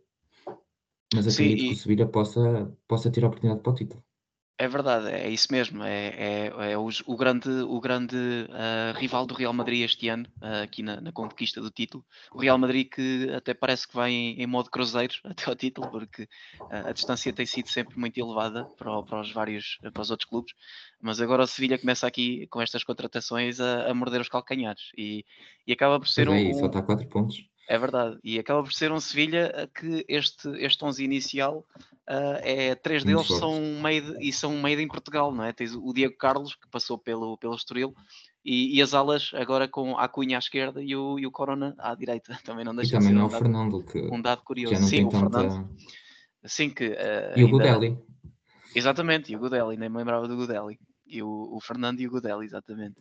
[SPEAKER 4] Mas
[SPEAKER 2] Sim,
[SPEAKER 4] acredito que o
[SPEAKER 2] e
[SPEAKER 4] Sevilha possa, possa ter a oportunidade para o título.
[SPEAKER 2] é verdade, é isso mesmo. É, é, é o, o grande, o grande uh, rival do Real Madrid este ano, uh, aqui na, na conquista do título. O Real Madrid que até parece que vai em, em modo cruzeiro até ao título, porque uh, a distância tem sido sempre muito elevada para, o- para os vários, para os outros clubes. Mas agora o Sevilha começa aqui com estas contratações a, a morder os calcanhares e, e acaba por ser
[SPEAKER 4] Pois
[SPEAKER 2] um,
[SPEAKER 4] é, e só
[SPEAKER 2] um-
[SPEAKER 4] está a quatro pontos.
[SPEAKER 2] é verdade, e acaba por ser um Sevilha a que este, este onze inicial, ah, é, três
[SPEAKER 4] Muito
[SPEAKER 2] deles
[SPEAKER 4] forte.
[SPEAKER 2] são made, e são made em Portugal, não é? Tens o Diego Carlos, que passou pelo, pelo Estoril, e, e as alas agora com a Cunha à esquerda e o, e o Corona à direita. Também não
[SPEAKER 4] E
[SPEAKER 2] deixa de ser
[SPEAKER 4] também há
[SPEAKER 2] um
[SPEAKER 4] o
[SPEAKER 2] dado,
[SPEAKER 4] Fernando, que,
[SPEAKER 2] um dado
[SPEAKER 4] que já
[SPEAKER 2] curioso.
[SPEAKER 4] não
[SPEAKER 2] Sim,
[SPEAKER 4] tem
[SPEAKER 2] o Fernando,
[SPEAKER 4] tanta.
[SPEAKER 2] sim que ah,
[SPEAKER 4] E o
[SPEAKER 2] ainda...
[SPEAKER 4] Godelli.
[SPEAKER 2] Exatamente, e o Godelli, nem me lembrava do Godelli. E o, o Fernando e o Godelli, exatamente.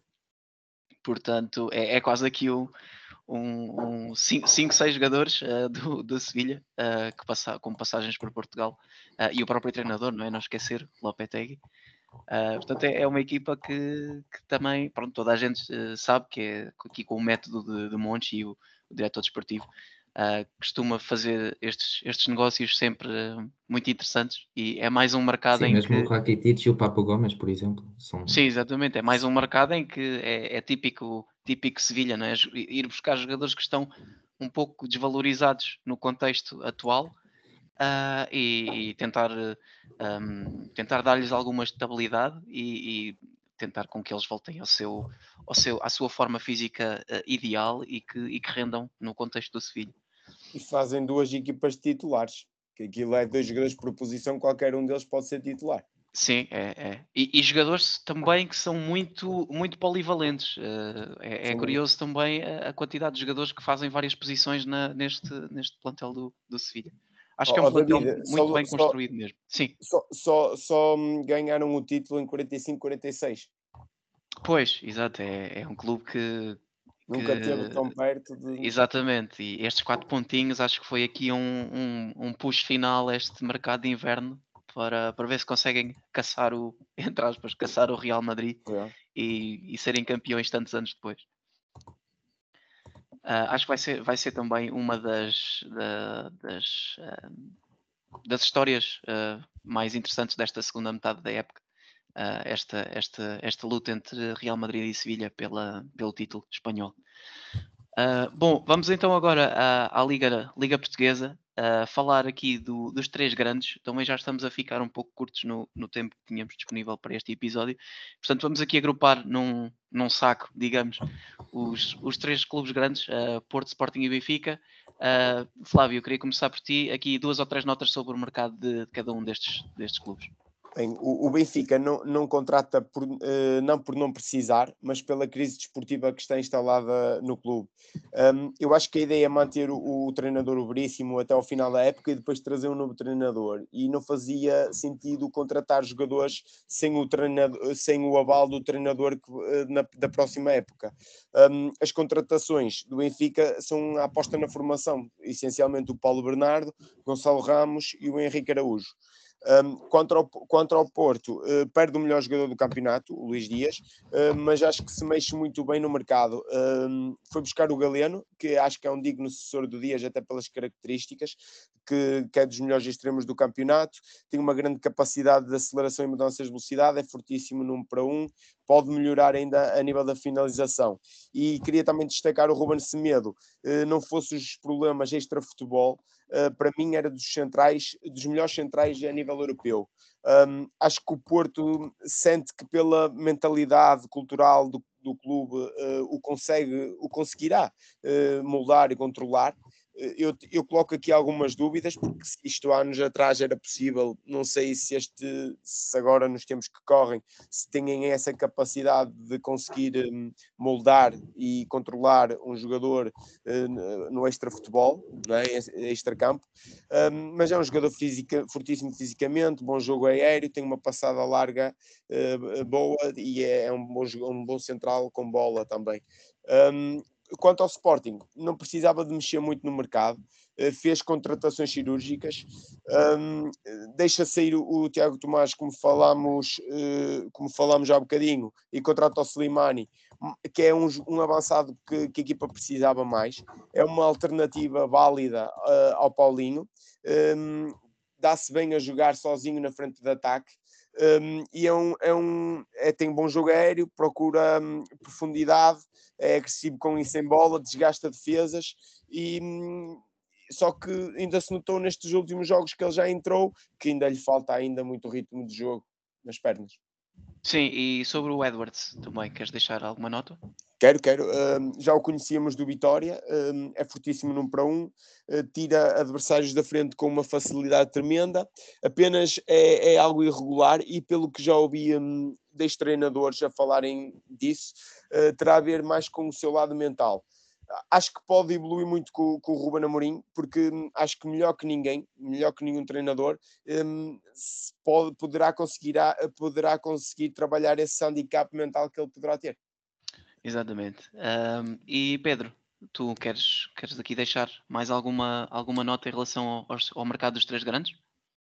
[SPEAKER 2] Portanto, é, é quase aqui o um, um cinco, seis jogadores uh, do, do Sevilha uh, que passa, com passagens por Portugal uh, e o próprio treinador, não é? Não esquecer, Lopetegui. Uh, portanto, é, é uma equipa que, que também, pronto, toda a gente uh, sabe que é aqui com o método de, de Monchi e o, o diretor desportivo. Uh, costuma fazer estes, estes negócios sempre uh, muito interessantes e é mais um mercado
[SPEAKER 4] Sim,
[SPEAKER 2] em
[SPEAKER 4] mesmo o
[SPEAKER 2] que
[SPEAKER 4] Rakitic e o Papo Gomes, por exemplo, são.
[SPEAKER 2] sim, exatamente. É mais um mercado em que é, é típico, típico Sevilha, não é? Ju- Ir buscar jogadores que estão um pouco desvalorizados no contexto atual, ah, e, e tentar, eh, um, tentar dar-lhes alguma estabilidade e, e tentar com que eles voltem ao seu, ao seu, à sua forma física, eh, ideal e que, e que rendam no contexto do Sevilha.
[SPEAKER 3] E fazem duas equipas de titulares, que aquilo é dois jogadores por posição, qualquer um deles pode ser titular.
[SPEAKER 2] Sim, é, é. E, e jogadores também que são muito, muito polivalentes. Eh, é, é
[SPEAKER 3] Sim.
[SPEAKER 2] curioso também a, a quantidade de jogadores que fazem várias posições na- neste, neste plantel do, do Sevilha. Acho que é
[SPEAKER 3] Ó
[SPEAKER 2] um
[SPEAKER 3] ó,
[SPEAKER 2] plantel
[SPEAKER 3] David,
[SPEAKER 2] muito
[SPEAKER 3] só,
[SPEAKER 2] bem
[SPEAKER 3] só,
[SPEAKER 2] construído mesmo. Sim,
[SPEAKER 3] só, só, só hum, ganharam o título em quarenta e cinco, quarenta e seis.
[SPEAKER 2] pois, exato. É, é um clube que,
[SPEAKER 3] Nunca esteve
[SPEAKER 2] que-
[SPEAKER 3] tão perto de.
[SPEAKER 2] exatamente. E estes quatro pontinhos acho que foi aqui um, um, um push final a este mercado de inverno para, para ver se conseguem caçar o, entre aspas, caçar o Real Madrid
[SPEAKER 3] É.
[SPEAKER 2] e, e serem campeões tantos anos depois. Ah, acho que vai ser, vai ser também uma das, da- das, ah, das histórias ah, mais interessantes desta segunda metade da época. Ah, esta, esta, esta luta entre Real Madrid e Sevilha pela, pelo título espanhol. Uh, bom, vamos então agora à, à Liga, Liga Portuguesa, uh, falar aqui do- dos três grandes. Também já estamos a ficar um pouco curtos no, no tempo que tínhamos disponível para este episódio. Portanto, vamos aqui agrupar num, num saco, digamos, os, os três clubes grandes, uh, Porto, Sporting e Benfica. Uh, Flávio, eu queria começar por ti. Aqui duas ou três notas sobre o mercado de, de cada um destes, destes clubes.
[SPEAKER 3] Bem, o, o Benfica não, não contrata por, eh, não por não precisar, mas pela crise desportiva que está instalada no clube. Um, eu acho que a ideia é manter o, o treinador o Veríssimo até ao final da época e depois trazer um novo treinador. E não fazia sentido contratar jogadores sem o, treinador, sem o aval do treinador que, eh, na, da próxima época. Um, as contratações do Benfica são a aposta na formação, essencialmente o Paulo Bernardo, Gonçalo Ramos e o Henrique Araújo. Um, contra, o, contra o Porto, uh, perde o melhor jogador do campeonato, o Luís Dias, uh, mas acho que se mexe muito bem no mercado. Um, foi buscar o Galeno, que acho que é um digno sucessor do Dias, até pelas características, que, que é dos melhores extremos do campeonato, tem uma grande capacidade de aceleração e mudanças de velocidade, é fortíssimo no um para um, pode melhorar ainda a nível da finalização. E queria também destacar o Ruben Semedo, uh, não fosse os problemas extra-futebol, Uh, para mim era dos centrais, dos melhores centrais a nível europeu. Um, acho que o Porto sente que pela mentalidade cultural do, do clube uh, o, consegue, o conseguirá uh, moldar e controlar. Eu, eu coloco aqui algumas dúvidas, porque se isto há anos atrás era possível, não sei se este, se agora nos tempos que correm, se têm essa capacidade de conseguir um, moldar e controlar um jogador uh, no extra-futebol, não é? Extra-campo, um, mas é um jogador física, fortíssimo fisicamente, bom jogo aéreo, tem uma passada larga uh, boa e é, é um, bom, um bom central com bola também. Um, Quanto ao Sporting, não precisava de mexer muito no mercado, fez contratações cirúrgicas, um, deixa sair o, o Tiago Tomás, como falámos, uh, como falámos já há bocadinho, e contrata o Slimani, que é um, um avançado que, que a equipa precisava mais, é uma alternativa válida uh, ao Paulinho, um, dá-se bem a jogar sozinho na frente de ataque, um, e é um, é um é, tem bom jogo aéreo, procura um, profundidade, é agressivo com isso em bola, desgasta defesas, e só que ainda se notou nestes últimos jogos que ele já entrou, que ainda lhe falta ainda muito ritmo de jogo nas pernas.
[SPEAKER 2] Sim, e sobre o Edwards também, queres deixar alguma nota?
[SPEAKER 3] Quero, quero. Um, já o conhecíamos do Vitória, um, é fortíssimo num para um, uh, tira adversários da frente com uma facilidade tremenda, apenas é, é algo irregular e pelo que já ouvi um, destes treinadores a falarem disso, uh, terá a ver mais com o seu lado mental. Acho que pode evoluir muito com, com o Ruben Amorim, porque um, acho que melhor que ninguém, melhor que nenhum treinador, um, pode, poderá, conseguir, poderá conseguir trabalhar esse handicap mental que ele poderá ter.
[SPEAKER 2] Exatamente. Um, e Pedro, tu queres, queres aqui deixar mais alguma, alguma nota em relação ao, ao mercado dos três grandes?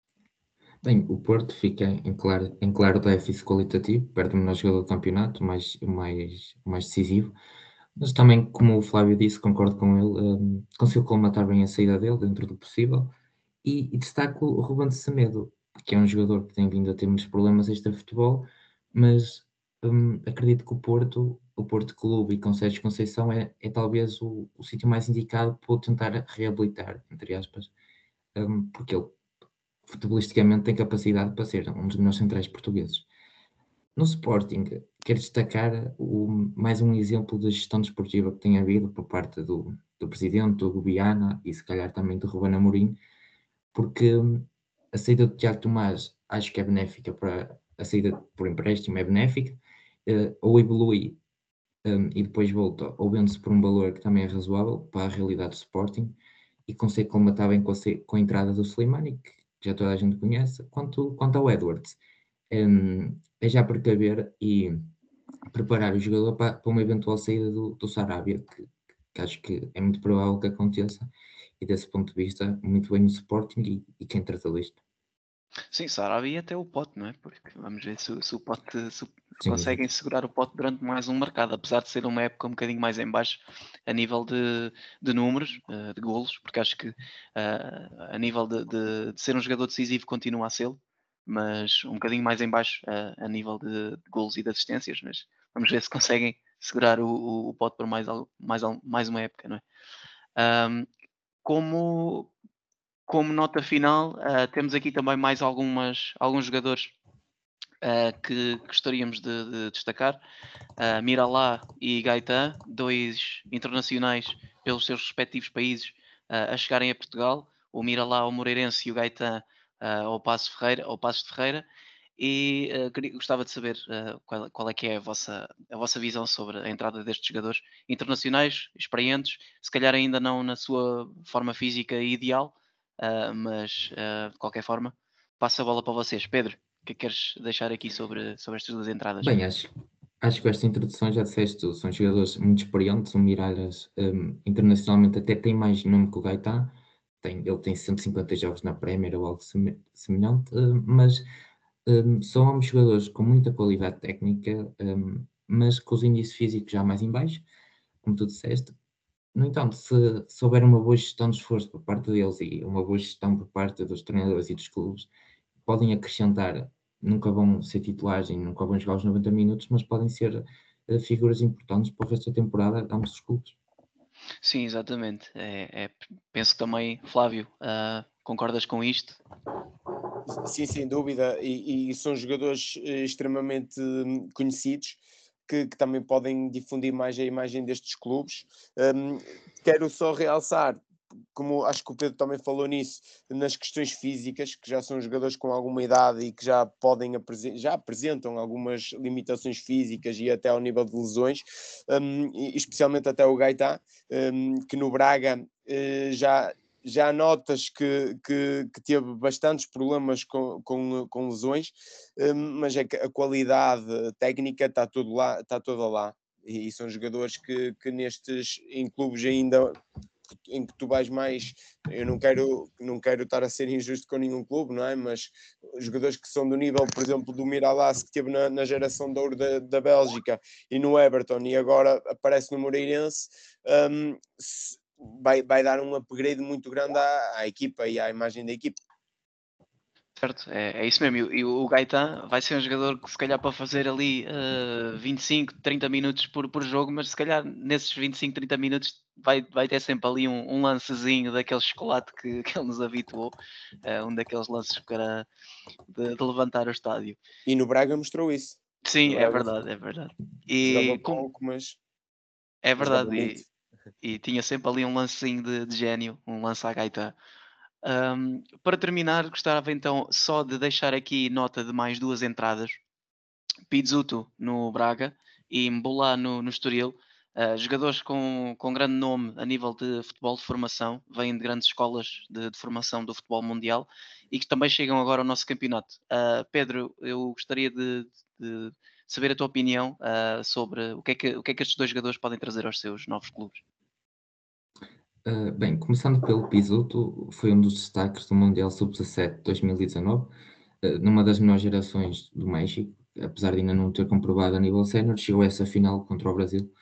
[SPEAKER 4] Bem, o Porto fica em claro, em claro déficit qualitativo, perde o melhor jogador do campeonato, mais, mais, mais decisivo, mas também, como o Flávio disse, concordo com ele, um, conseguiu colmatar bem a saída dele dentro do possível, e, e destaco o Ruben Semedo, que é um jogador que tem vindo a ter muitos problemas extra-futebol, mas um, acredito que o Porto, o Porto Clube e com Sérgio Conceição é, é talvez o, o sítio mais indicado para o tentar reabilitar, entre aspas, um, porque ele futebolisticamente tem capacidade para ser um dos melhores centrais portugueses. No Sporting, quero destacar o, mais um exemplo de gestão desportiva que tem havido por parte do, do presidente, do Gubiana e se calhar também do Ruben Amorim, porque a saída do Tiago Tomás acho que é benéfica para a saída por empréstimo, é benéfica, uh, ou evolui um, e depois volta, ou vende-se por um valor que também é razoável para a realidade do Sporting e consegue combatar bem com a, com a entrada do Slimani, que já toda a gente conhece. Quanto, quanto ao Edwards, um, é já precaver e preparar o jogador para, para uma eventual saída do, do Sarabia, que, que acho que é muito provável que aconteça, e desse ponto de vista, muito bem no Sporting e, e quem trata disto.
[SPEAKER 2] Sim, Sarabia até o Pote, não é? Porque vamos ver se, se o Pote se
[SPEAKER 4] Sim,
[SPEAKER 2] conseguem
[SPEAKER 4] exato.
[SPEAKER 2] segurar o Pote durante mais um mercado, apesar de ser uma época um bocadinho mais em baixo a nível de, de números, uh, de golos, porque acho que uh, a nível de, de, de ser um jogador decisivo continua a ser, mas um bocadinho mais em baixo uh, a nível de, de golos e de assistências, mas vamos ver se conseguem segurar o, o, o Pote por mais, mais, mais uma época, não é? Um, como Como nota final, uh, temos aqui também mais algumas, alguns jogadores uh, que gostaríamos de, de destacar. Uh, Miralá e Gaetan, dois internacionais pelos seus respectivos países uh, a chegarem a Portugal. O Miralá ao Moreirense e o Gaetan uh, ao Paço Ferreira, ao Paço de Ferreira. E uh, queria, gostava de saber uh, qual, qual é que é a vossa, a vossa visão sobre a entrada destes jogadores internacionais, experientes, se calhar ainda não na sua forma física ideal, Uh, mas uh, de qualquer forma, passo a bola para vocês. Pedro, o que é que queres deixar aqui sobre, sobre estas duas entradas?
[SPEAKER 4] Bem, acho, acho que com esta introdução já disseste tudo. São jogadores muito experientes, o Mirallas um, internacionalmente até tem mais nome que o Gaetan, tem, ele tem cento e cinquenta jogos na Premier ou algo semelhante, mas um, são ambos jogadores com muita qualidade técnica, um, mas com os índices físicos já mais em baixo, como tu disseste. No entanto, se, se houver uma boa gestão de esforço por parte deles e uma boa gestão por parte dos treinadores e dos clubes, podem acrescentar, nunca vão ser titulares e nunca vão jogar os noventa minutos, mas podem ser uh, figuras importantes para o resto da temporada de ambos os clubes.
[SPEAKER 2] Sim, exatamente. É, é- penso também, Flávio, ah, concordas com isto?
[SPEAKER 3] Sim, sem dúvida, e, e são jogadores eh, extremamente hum, conhecidos que, que também podem difundir mais a imagem destes clubes. Hum, quero só realçar, como acho que o Pedro também falou nisso, nas questões físicas, que já são jogadores com alguma idade e que já podem apresen- já apresentam algumas limitações físicas e até ao nível de lesões, hum, e especialmente até o Gaitá, hum, que no Braga eh, já já notas que, que, que teve bastantes problemas com, com, com lesões, hum, mas é que a qualidade técnica está tudo lá, está toda lá. E são jogadores que, que nestes, em clubes ainda em que tu vais mais, eu não quero, não quero estar a ser injusto com nenhum clube, não é? Mas jogadores que são do nível, por exemplo, do Miralas, que esteve na, na geração de ouro da, da Bélgica e no Everton e agora aparece no Moreirense, um, se, vai, vai dar um upgrade muito grande à, à equipa e à imagem da equipa.
[SPEAKER 2] Certo, é, é isso mesmo. E, e o Gaetan vai ser um jogador que se calhar para fazer ali uh, vinte e cinco, trinta minutos por, por jogo, mas se calhar nesses vinte e cinco, trinta minutos vai, vai ter sempre ali um, um lancezinho daquele chocolate que, que ele nos habituou, uh, um daqueles lances para de, de levantar o estádio.
[SPEAKER 3] E no Braga mostrou isso.
[SPEAKER 2] Sim,
[SPEAKER 3] No
[SPEAKER 2] é
[SPEAKER 3] Braga
[SPEAKER 2] verdade, é verdade.
[SPEAKER 3] jogava
[SPEAKER 2] E como,
[SPEAKER 3] pouco, mas,
[SPEAKER 2] é
[SPEAKER 3] mas jogava
[SPEAKER 2] verdade,
[SPEAKER 3] muito.
[SPEAKER 2] e, e tinha sempre ali um lancezinho de, de gênio, um lance à Gaetan. Um, para terminar, gostava então só de deixar aqui nota de mais duas entradas. Pizzuto no Braga e Mbolá no, no Estoril. Uh, jogadores com, com grande nome a nível de futebol de formação, vêm de grandes escolas de, de formação do futebol mundial e que também chegam agora ao nosso campeonato. Uh, Pedro, eu gostaria de, de saber a tua opinião uh, sobre o que, é que, o que é que estes dois jogadores podem trazer aos seus novos clubes.
[SPEAKER 4] Uh, bem, começando pelo Pisuto, foi um dos destaques do Mundial sub dezassete de dois mil e dezanove, uh, numa das melhores gerações do México, apesar de ainda não ter comprovado a nível sénior, chegou a essa final contra o Brasil.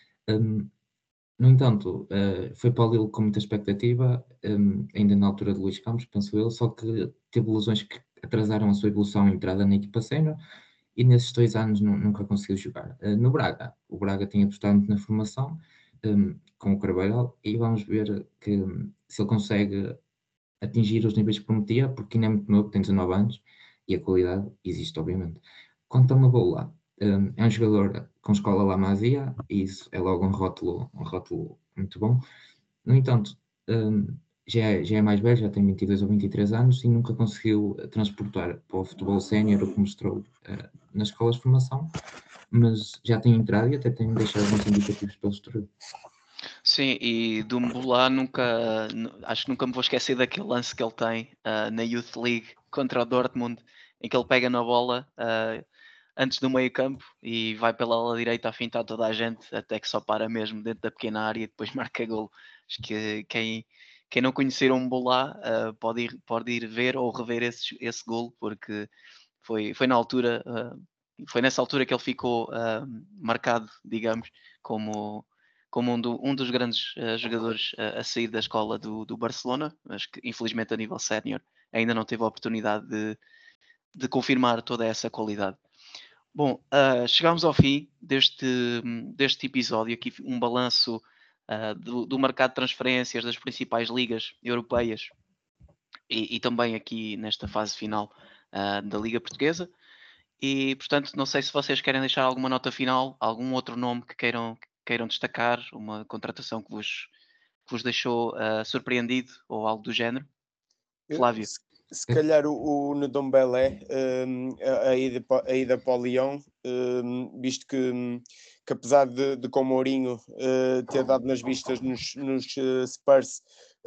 [SPEAKER 4] Um, no entanto, uh, foi para o Lille com muita expectativa, um, ainda na altura de Luís Campos, penso eu, só que teve lesões que atrasaram a sua evolução e entrada na equipa sénior, e nesses dois anos nu- nunca conseguiu jogar. Uh, no Braga, o Braga tinha apostado muito na formação, um, com o Carvalhal, e vamos ver que um, se ele consegue atingir os níveis que prometia, porque ainda é muito novo, tem dezanove anos, e a qualidade existe, obviamente. Quanto a Maboula, um, é um jogador com escola La Masia, e isso é logo um rótulo, um rótulo muito bom. No entanto, um, já, é, já é mais velho, já tem vinte e dois ou vinte e três anos e nunca conseguiu uh, transportar para o futebol sénior o que mostrou uh, nas escolas de formação, mas já tem entrado e até tem deixado alguns indicativos pelo futuro.
[SPEAKER 2] Sim, e do Mbolá nunca, nu- acho que nunca me vou esquecer daquele lance que ele tem ah, na Youth League contra o Dortmund, em que ele pega na bola ah, antes do meio campo e vai pela ala direita a fintar toda a gente, até que só para mesmo dentro da pequena área e depois marca gol. Acho que quem, quem não conhecer o Mbolá ah, pode ir, pode ir ver ou rever esse, esse gol, porque foi, foi na altura, ah, foi nessa altura que ele ficou ah, marcado, digamos, como como um, do- um dos grandes eh, jogadores eh, a sair da escola do, do Barcelona, mas que infelizmente a nível sénior ainda não teve a oportunidade de, de confirmar toda essa qualidade. Bom, ah, chegamos ao fim deste, deste episódio, aqui um balanço ah, do, do mercado de transferências das principais ligas europeias e, e também aqui nesta fase final ah, da Liga Portuguesa. E, portanto, não sei se vocês querem deixar alguma nota final, algum outro nome que queiram, que queiram destacar, uma contratação que vos, que vos deixou ah, surpreendido ou algo do género.
[SPEAKER 3] Eu-
[SPEAKER 2] Flávio.
[SPEAKER 3] Se, se calhar o, o Ndombele, um, a, a ida, pa- a ida para o Lyon, um, visto que, hum, que apesar de, de com o Mourinho uh, ter dado nas vistas nos, nos uh, Spurs,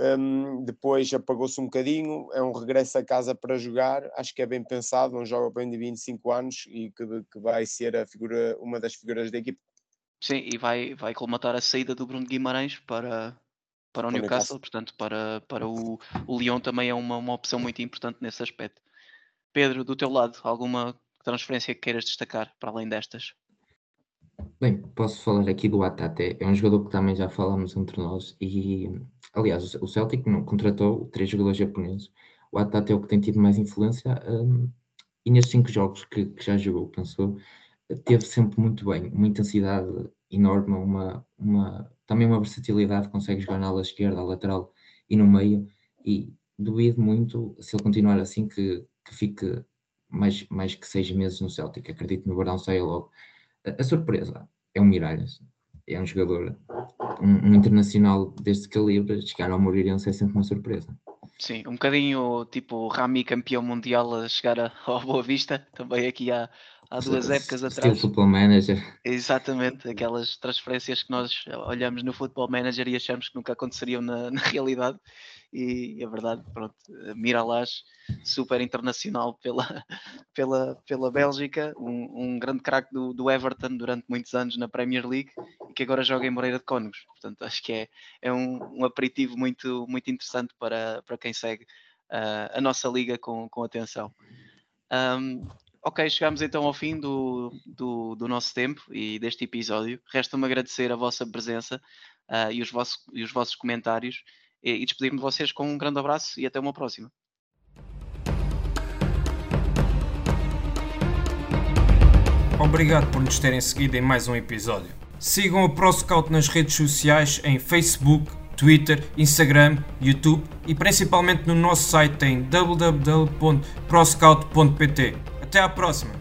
[SPEAKER 3] um, depois apagou-se um bocadinho, é um regresso a casa para jogar, acho que é bem pensado, um jovem de vinte e cinco anos e que, que vai ser a figura, uma das figuras da equipe.
[SPEAKER 2] Sim, e vai, vai colmatar a saída do Bruno Guimarães para, para o
[SPEAKER 3] Para o
[SPEAKER 2] Newcastle,
[SPEAKER 3] Newcastle.
[SPEAKER 2] portanto, para, para o, o Lyon também é uma, uma opção muito importante nesse aspecto. Pedro, do teu lado, alguma transferência que queiras destacar para além destas?
[SPEAKER 4] Bem, posso falar aqui do Hatate, é um jogador que também já falámos entre nós e, aliás, o Celtic não contratou três jogadores japoneses. O Hatate é o que tem tido mais influência hum, e nestes cinco jogos que, que já jogou, pensou, teve sempre muito bem, uma intensidade enorme, uma, uma, também uma versatilidade, consegue jogar na ala esquerda, à lateral e no meio, e duvido muito, se ele continuar assim, que, que fique mais, mais que seis meses no Celtic. Acredito que no verão saia logo. A, a surpresa é o Mirallas, é um jogador, um, um internacional deste calibre, chegar ao Moreirense é sempre uma surpresa.
[SPEAKER 2] Sim, um bocadinho tipo Rami campeão mundial a chegar a- ao Boa Vista, também aqui há, há duas épocas
[SPEAKER 4] Estilo
[SPEAKER 2] atrás.
[SPEAKER 4] Football Manager.
[SPEAKER 2] Exatamente, aquelas transferências que nós olhamos no Football Manager e achamos que nunca aconteceriam na, na realidade, e é verdade, pronto, Mirallas, super internacional pela, pela, pela Bélgica, um, um grande craque do, do Everton durante muitos anos na Premier League e que agora joga em Moreira de Cónegos, portanto acho que é, é um, um aperitivo muito, muito interessante para, para quem segue uh, a nossa liga com, com atenção. Um, Ok, chegamos então ao fim do, do, do nosso tempo e deste episódio. Resta-me agradecer a vossa presença uh, e, os vossos, e os vossos comentários e, e despedir-me de vocês com um grande abraço e até uma próxima.
[SPEAKER 1] Obrigado por nos terem seguido em mais um episódio. Sigam o ProScout nas redes sociais em Facebook, Twitter, Instagram, YouTube e principalmente no nosso site em w w w ponto proscout ponto p t. Até à próxima!